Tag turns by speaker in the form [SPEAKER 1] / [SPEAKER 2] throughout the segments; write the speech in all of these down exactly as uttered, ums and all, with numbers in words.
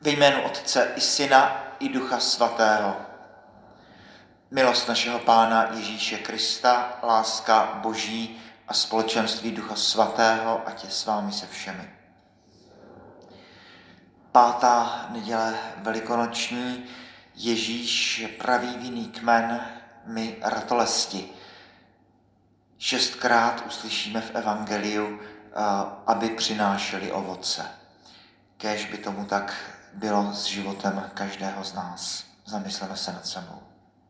[SPEAKER 1] Ve jménu Otce i Syna i Ducha Svatého. Milost našeho Pána Ježíše Krista, láska Boží a společenství Ducha Svatého, ať je s vámi se všemi. Pátá neděle velikonoční, Ježíš pravý vinný kmen, my ratolesti. Šestkrát uslyšíme v evangeliu, aby přinášeli ovoce. Kéž by tomu tak bylo s životem každého z nás. Zamysleme se nad sebou.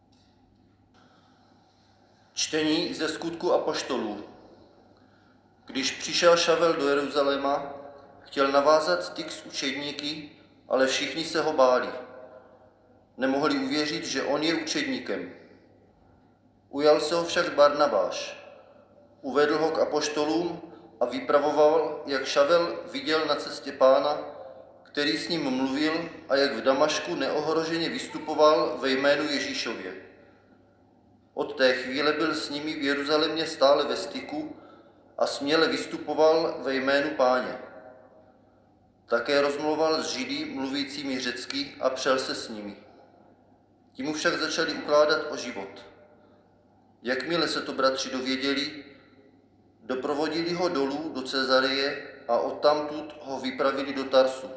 [SPEAKER 2] Čtení ze Skutku apoštolů. Když přišel Šavel do Jeruzaléma, chtěl navázat styk s učedníky, ale všichni se ho báli. Nemohli uvěřit, že on je učedníkem. Ujal se ho však Barnabáš. Uvedl ho k apoštolům a vypravoval, jak Šavel viděl na cestě Pána, který s ním mluvil, a jak v Damašku neohroženě vystupoval ve jménu Ježíšově. Od té chvíle byl s nimi v Jeruzalémě stále ve styku a směle vystupoval ve jménu Páně. Také rozmluval s Židy mluvícími řecky a přel se s nimi. Ti mu však začali ukládat o život. Jakmile se to bratři dověděli, doprovodili ho dolů do Cezareje a odtamtud ho vypravili do Tarsu.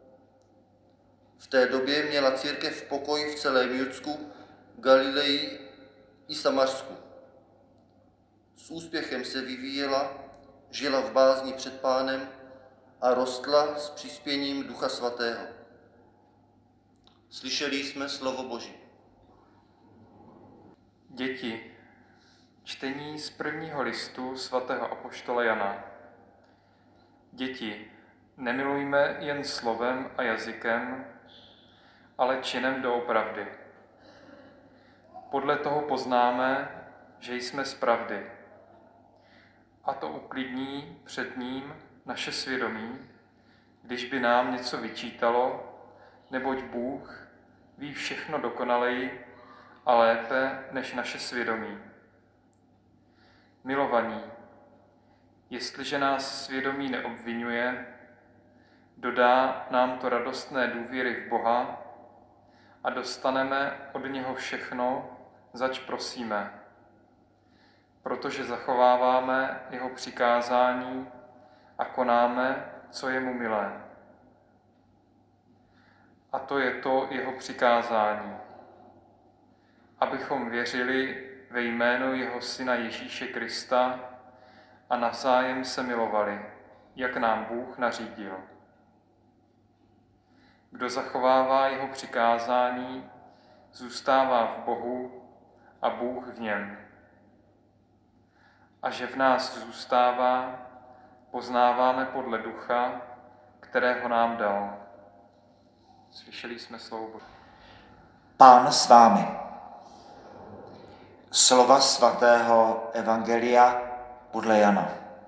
[SPEAKER 2] V té době měla církev pokoj v celém Judsku, Galileji i Samarsku. S úspěchem se vyvíjela, žila v bázni před Pánem a rostla s přispěním Ducha Svatého. Slyšeli jsme slovo Boží.
[SPEAKER 3] Děti, čtení z prvního listu svatého apoštola Jana. Děti, nemilujme jen slovem a jazykem, ale činem doopravdy. Podle toho poznáme, že jsme z pravdy. A to uklidní před ním naše svědomí, když by nám něco vyčítalo, neboť Bůh ví všechno dokonaleji a lépe než naše svědomí. Milovaní, jestliže nás svědomí neobvinuje, dodá nám to radostné důvěry v Boha a dostaneme od něho všechno, zač prosíme, protože zachováváme jeho přikázání a konáme, co je mu milé. A to je to jeho přikázání, abychom věřili ve jméno jeho Syna Ježíše Krista a navzájem se milovali, jak nám Bůh nařídil. Kdo zachovává jeho přikázání, zůstává v Bohu a Bůh v něm. A že v nás zůstává, poznáváme podle ducha, kterého nám dal. Slyšeli jsme slovo Boží.
[SPEAKER 1] Pán s vámi. Slova svatého evangelia podle Jana.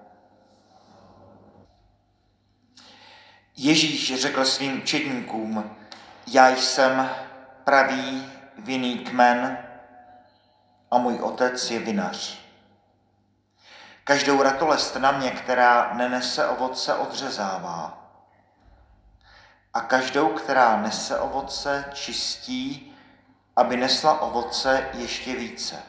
[SPEAKER 1] Ježíš řekl svým učedníkům: Já jsem pravý vinný kmen a můj otec je vinař. Každou ratolest na mě, která nenese ovoce, odřezává. A každou, která nese ovoce, čistí, aby nesla ovoce ještě více.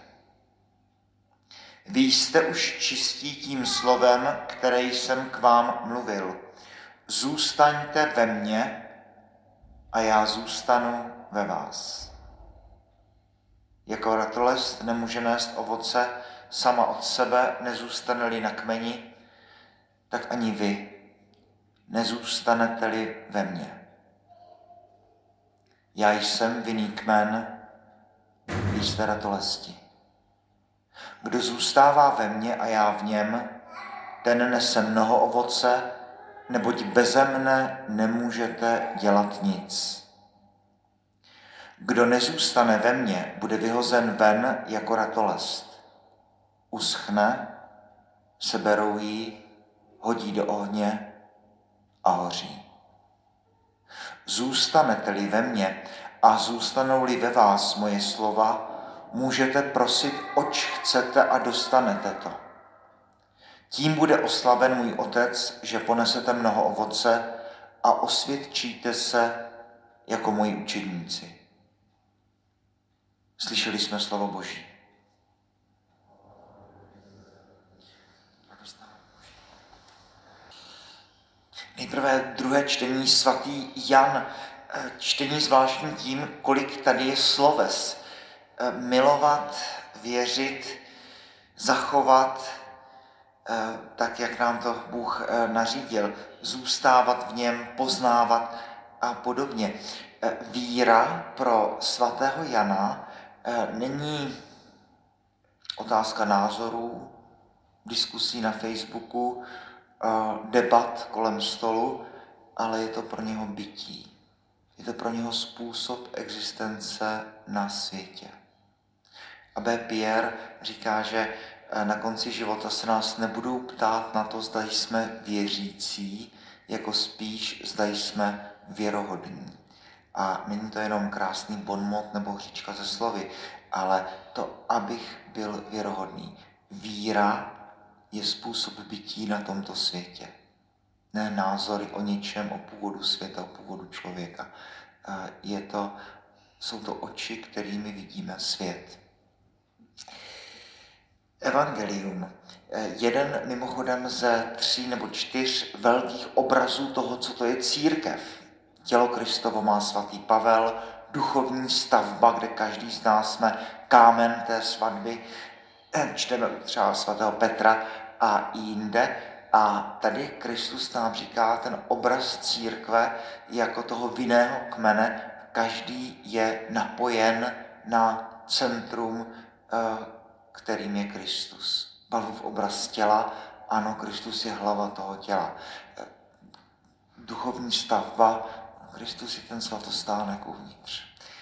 [SPEAKER 1] Vy jste už čistí tím slovem, které jsem k vám mluvil. Zůstaňte ve mně a já zůstanu ve vás. Jako ratolest nemůže nést ovoce sama od sebe, nezůstane-li na kmeni, tak ani vy nezůstanete-li ve mně. Já jsem vinný kmen, vy jste ratolesti. Kdo zůstává ve mně a já v něm, ten nese mnoho ovoce, neboť beze mne nemůžete dělat nic. Kdo nezůstane ve mně, bude vyhozen ven jako ratolest. Uschne, seberou ji, hodí do ohně a hoří. Zůstanete-li ve mně a zůstanou-li ve vás moje slova, můžete prosit, oč chcete a dostanete to. Tím bude oslaven můj Otec, že ponesete mnoho ovoce a osvědčíte se jako moji učedníci. Slyšeli jsme slovo Boží. Nejprve druhé čtení, svatý Jan, čtení zvláštní tím, kolik tady je sloves. Milovat, věřit, zachovat, tak, jak nám to Bůh nařídil, zůstávat v něm, poznávat a podobně. Víra pro svatého Jana není otázka názorů, diskusí na Facebooku, debat kolem stolu, ale je to pro něho bytí. Je to pro něho způsob existence na světě. A B. Pierre říká, že na konci života se nás nebudou ptát na to, zda jsme věřící, jako spíš zda jsme věrohodní. A není to jenom krásný bonmot nebo hříčka ze slovy, ale to, abych byl věrohodný. Víra je způsob bytí na tomto světě. Ne názory o něčem, o původu světa, o původu člověka. Je to, jsou to oči, kterými vidíme svět. Evangelium. Jeden mimochodem ze tří nebo čtyř velkých obrazů toho, co to je církev. Tělo Kristovo má svatý Pavel, duchovní stavba, kde každý z nás jsme kámen té svatby. Čteme třeba svatého Petra a i jinde. A tady Kristus nám říká ten obraz církve jako toho vinného kmene. Každý je napojen na centrum, kterým je Kristus. Pavlův obraz těla, ano, Kristus je hlava toho těla. Duchovní stavba, Kristus je ten svatostánek uvnitř.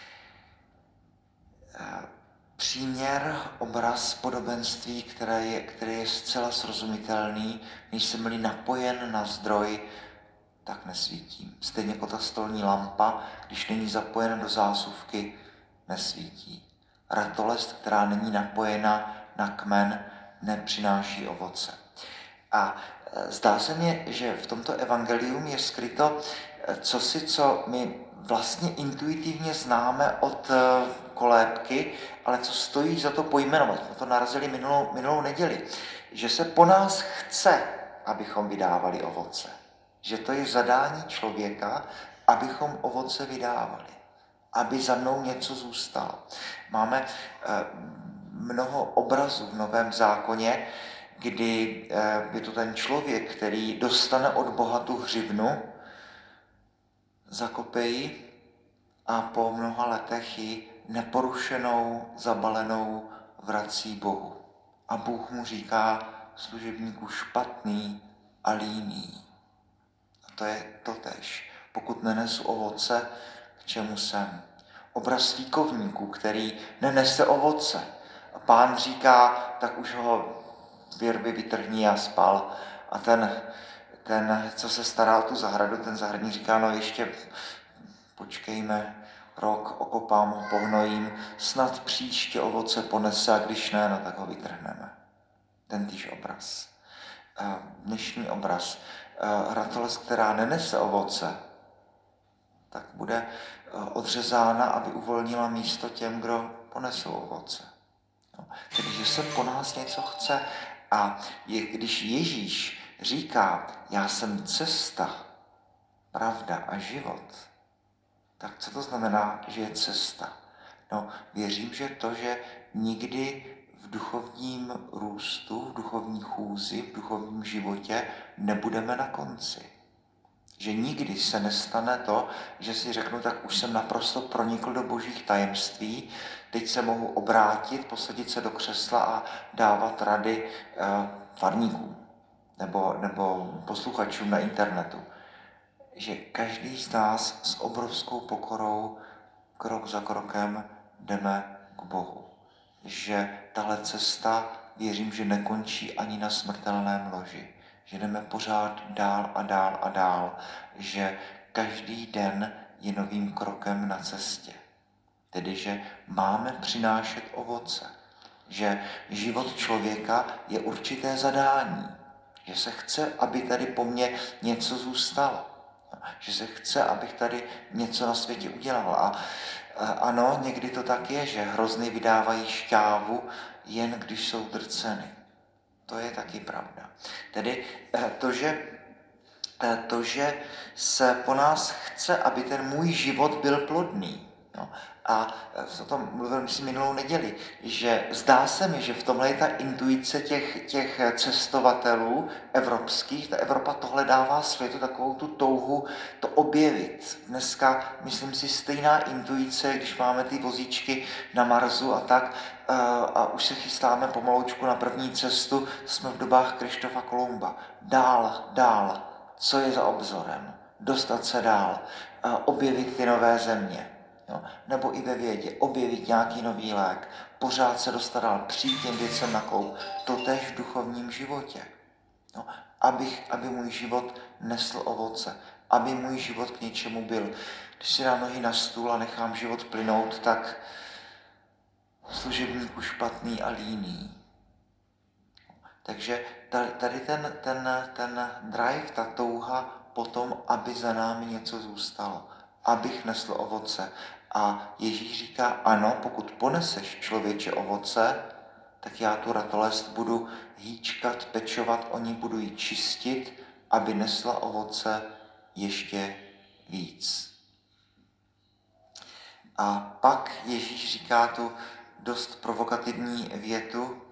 [SPEAKER 1] Příměr, obraz, podobenství, které je, které je zcela srozumitelný, když jsem-li napojen na zdroj, tak nesvítím. Stejně jako ta stolní lampa, když není zapojena do zásuvky, nesvítí. Ratolest, která není napojena na kmen, nepřináší ovoce. A zdá se mi, že v tomto evangelium je skryto cosi, co my vlastně intuitivně známe od kolébky, ale co stojí za to pojmenovat. Jsme to narazili minulou, minulou neděli. Že se po nás chce, abychom vydávali ovoce. Že to je zadání člověka, abychom ovoce vydávali. Aby za mnou něco zůstalo. Máme mnoho obrazů v Novém zákoně, kdy je to ten člověk, který dostane od Boha tu hřivnu, zakope ji a po mnoha letech ji neporušenou, zabalenou vrací Bohu. A Bůh mu říká, služebníku špatný a líný. A to je totéž. Pokud nenesu ovoce, k čemu jsem? Obraz výkovníku, který nenese ovoce. A Pán říká, tak už ho věrby vytrhní a spal. A ten, ten, co se stará o tu zahradu, ten zahradník říká, no ještě počkejme, rok, okopám ho, pohnojím, snad příště ovoce ponese a když ne, no tak ho vytrhneme. Tentýž obraz. Dnešní obraz. Ratolest, která nenese ovoce, tak bude odřezána, aby uvolnila místo těm, kdo ponesou ovoce. No, tedy, že se po nás něco chce a je, když Ježíš říká, já jsem cesta, pravda a život, tak co to znamená, že je cesta? No, věřím, že to, že nikdy v duchovním růstu, v duchovní chůzi, v duchovním životě nebudeme na konci. Že nikdy se nestane to, že si řeknu, tak už jsem naprosto pronikl do božích tajemství, teď se mohu obrátit, posadit se do křesla a dávat rady eh, farníkům nebo, nebo posluchačům na internetu. Že každý z nás s obrovskou pokorou krok za krokem jdeme k Bohu. Že tahle cesta, věřím, že nekončí ani na smrtelném loži. Že jdeme pořád dál a dál a dál. Že každý den je novým krokem na cestě. Tedy, že máme přinášet ovoce. Že život člověka je určité zadání. Že se chce, aby tady po mně něco zůstalo. Že se chce, abych tady něco na světě udělal. A ano, někdy to tak je, že hrozny vydávají šťávu, jen když jsou drceny. To je taky pravda. Tedy to, že, to, že se po nás chce, aby ten můj život byl plodný. No. A o tom mluvil, myslím, minulou neděli, že zdá se mi, že v tomhle je ta intuice těch, těch cestovatelů evropských, ta Evropa tohle dává světu takovou tu touhu to objevit. Dneska, myslím si, stejná intuice, když máme ty vozíčky na Marsu a tak, a už se chystáme pomaloučku na první cestu, jsme v dobách Krištofa Kolumba. Dál, dál, co je za obzorem? Dostat se dál, objevit ty nové země. Jo? Nebo i ve vědě, objevit nějaký nový lék, pořád se dostat dál, přijít těm věcem na kloup, totéž v duchovním životě. Jo? Abych, aby můj život nesl ovoce, aby můj život k něčemu byl. Když si dám nohy na stůl a nechám život plynout, tak služebník už špatný a líný. Takže tady ten, ten, ten drive, ta touha potom, aby za námi něco zůstalo, abych nesl ovoce. A Ježíš říká, ano, pokud poneseš, člověče, ovoce, tak já tu ratolest budu hýčkat, pečovat, o ní budu ji čistit, aby nesla ovoce ještě víc. A pak Ježíš říká tu dost provokativní větu,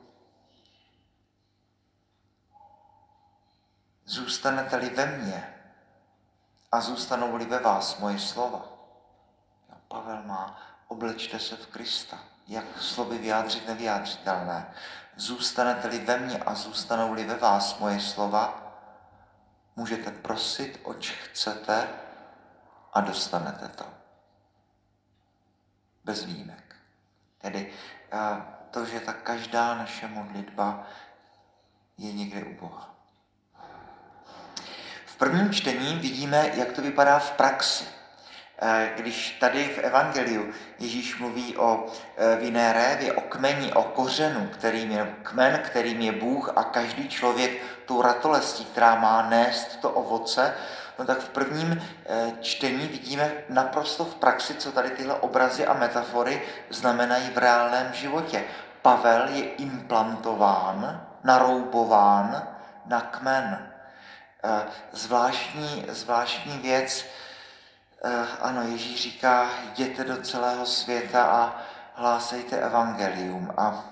[SPEAKER 1] zůstanete-li ve mně a zůstanou-li ve vás moje slova. No, Pavel má, oblečte se v Krista, jak slovy vyjádřit nevyjádřitelné. Zůstanete-li ve mně a zůstanou-li ve vás moje slova, můžete prosit, oč chcete a dostanete to. Bez výjimek. Tedy to, že ta každá naše modlitba je někde u Boha. V prvním čtení vidíme, jak to vypadá v praxi. Když tady v Evangeliu Ježíš mluví o vinné révě, o kmeni, o kořenu, kterým je kmen, kterým je Bůh a každý člověk tou ratolestí, která má nést to ovoce, no tak v prvním čtení vidíme naprosto v praxi, co tady tyhle obrazy a metafory znamenají v reálném životě. Pavel je implantován, naroubován na kmen. Zvláštní, zvláštní věc, ano, Ježíš říká, jděte do celého světa a hlásejte evangelium. A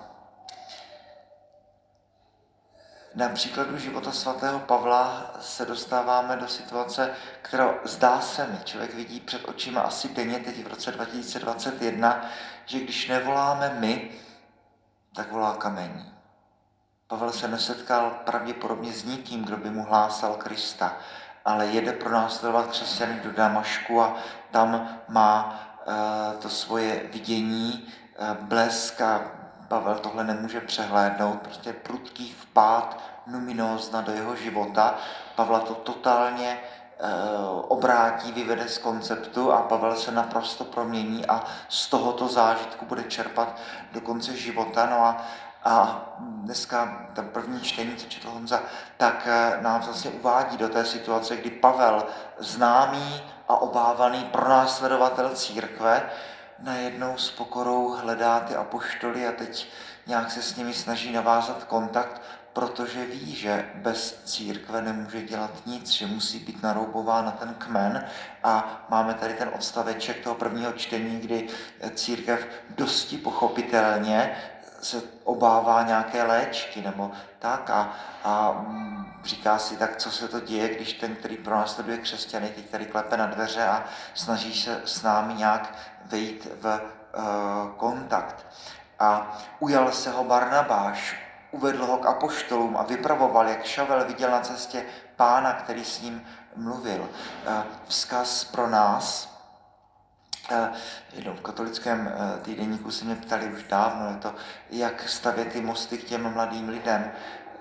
[SPEAKER 1] na příkladu života svatého Pavla se dostáváme do situace, kterou zdá se mi, člověk vidí před očima asi denně teď v roce dva tisíce dvacet jedna, že když nevoláme my, tak volá kamení. Pavel se nesetkal pravděpodobně s nikým, kdo by mu hlásal Krista, ale jede pronásledovat křesťany do Damašku a tam má e, to svoje vidění, e, blesk a Pavel tohle nemůže přehlédnout, prostě prudký vpád numinózna do jeho života. Pavla to totálně e, obrátí, vyvede z konceptu a Pavel se naprosto promění a z tohoto zážitku bude čerpat do konce života. No a A dneska ten první čtení, co četl Honza, tak nám vlastně uvádí do té situace, kdy Pavel, známý a obávaný pronásledovatel církve, najednou s pokorou hledá ty apoštoly a teď nějak se s nimi snaží navázat kontakt, protože ví, že bez církve nemůže dělat nic, že musí být naroubován na ten kmen. A máme tady ten odstaveček toho prvního čtení, kdy církev dosti pochopitelně se obává nějaké léčky nebo tak a, a říká si, tak co se to děje, když ten, který pronásleduje křesťany, teď tady klepe na dveře a snaží se s námi nějak vejít v uh, kontakt. A ujal se ho Barnabáš, uvedl ho k apoštolům a vypravoval, jak Šavel viděl na cestě Pána, který s ním mluvil. Uh, vzkaz pro nás. Jednou v katolickém týdeníku se mě ptali už dávno, to, jak stavět ty mosty k těm mladým lidem.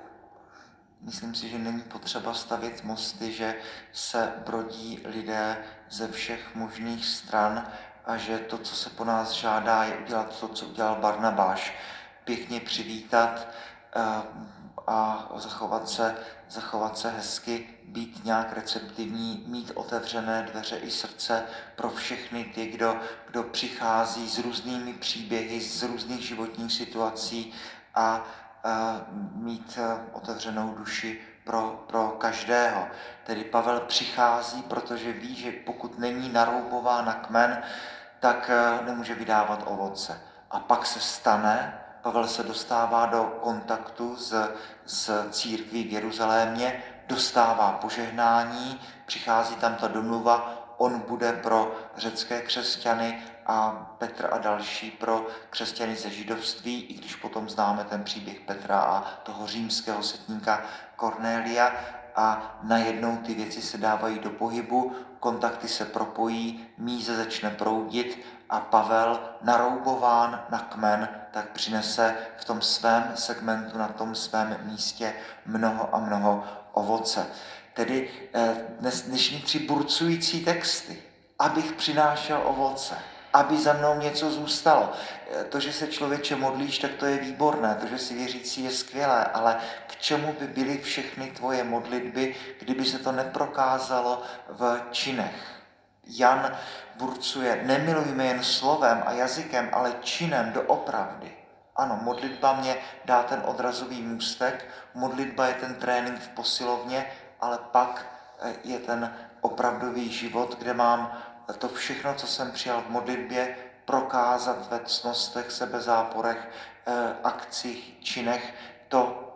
[SPEAKER 1] Myslím si, že není potřeba stavět mosty, že se brodí lidé ze všech možných stran a že to, co se po nás žádá, je udělat to, co udělal Barnabáš. Pěkně přivítat a zachovat se, zachovat se hezky, být nějak receptivní, mít otevřené dveře i srdce pro všechny ty, kdo, kdo přichází s různými příběhy, z různých životních situací a, a mít otevřenou duši pro, pro každého. Tedy Pavel přichází, protože ví, že pokud není naroubován na kmen, tak nemůže vydávat ovoce. A pak se stane, Pavel se dostává do kontaktu s, s církví v Jeruzalémě, dostává požehnání, přichází tam ta domluva, on bude pro řecké křesťany a Petr a další pro křesťany ze židovství, i když potom známe ten příběh Petra a toho římského setníka Kornélia, a najednou ty věci se dávají do pohybu, kontakty se propojí, míze začne proudit a Pavel, naroubován na kmen, tak přinese v tom svém segmentu, na tom svém místě mnoho a mnoho ovoce. Tedy dnes, dnešní tři burcující texty, abych přinášel ovoce, aby za mnou něco zůstalo. To, že se člověče modlíš, tak to je výborné, to, že si věřící je skvělé, ale k čemu by byly všechny tvoje modlitby, kdyby se to neprokázalo v činech? Jan burcuje, nemilujme jen slovem a jazykem, ale činem doopravdy. Ano, modlitba mě dá ten odrazový můstek, modlitba je ten trénink v posilovně, ale pak je ten opravdový život, kde mám to všechno, co jsem přijal v modlitbě, prokázat ve ctnostech, sebezáporech, akcích, činech. To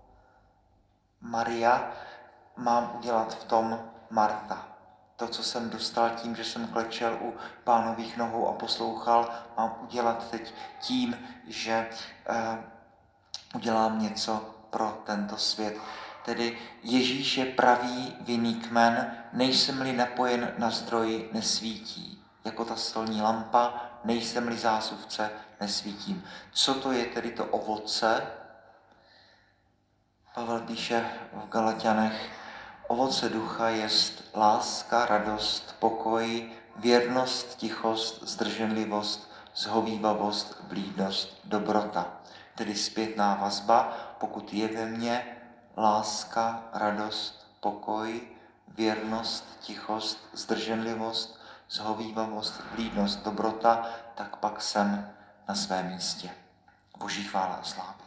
[SPEAKER 1] Maria mám udělat v tom Marta. To, co jsem dostal tím, že jsem klečel u Pánových nohou a poslouchal, mám udělat teď tím, že eh, udělám něco pro tento svět. Tedy Ježíš je pravý vinný kmen, nejsem-li napojen na zdroj, nesvítí. Jako ta stolní lampa, nejsem-li zásuvce, nesvítím. Co to je tedy to ovoce? Pavel píše v Galatianech, ovoce ducha jest láska, radost, pokoj, věrnost, tichost, zdrženlivost, zhovívavost, blídnost, dobrota. Tedy zpětná vazba, pokud je ve mně láska, radost, pokoj, věrnost, tichost, zdrženlivost, zhovívavost, blídnost, dobrota, tak pak jsem na svém místě. Boží chvála a sláva.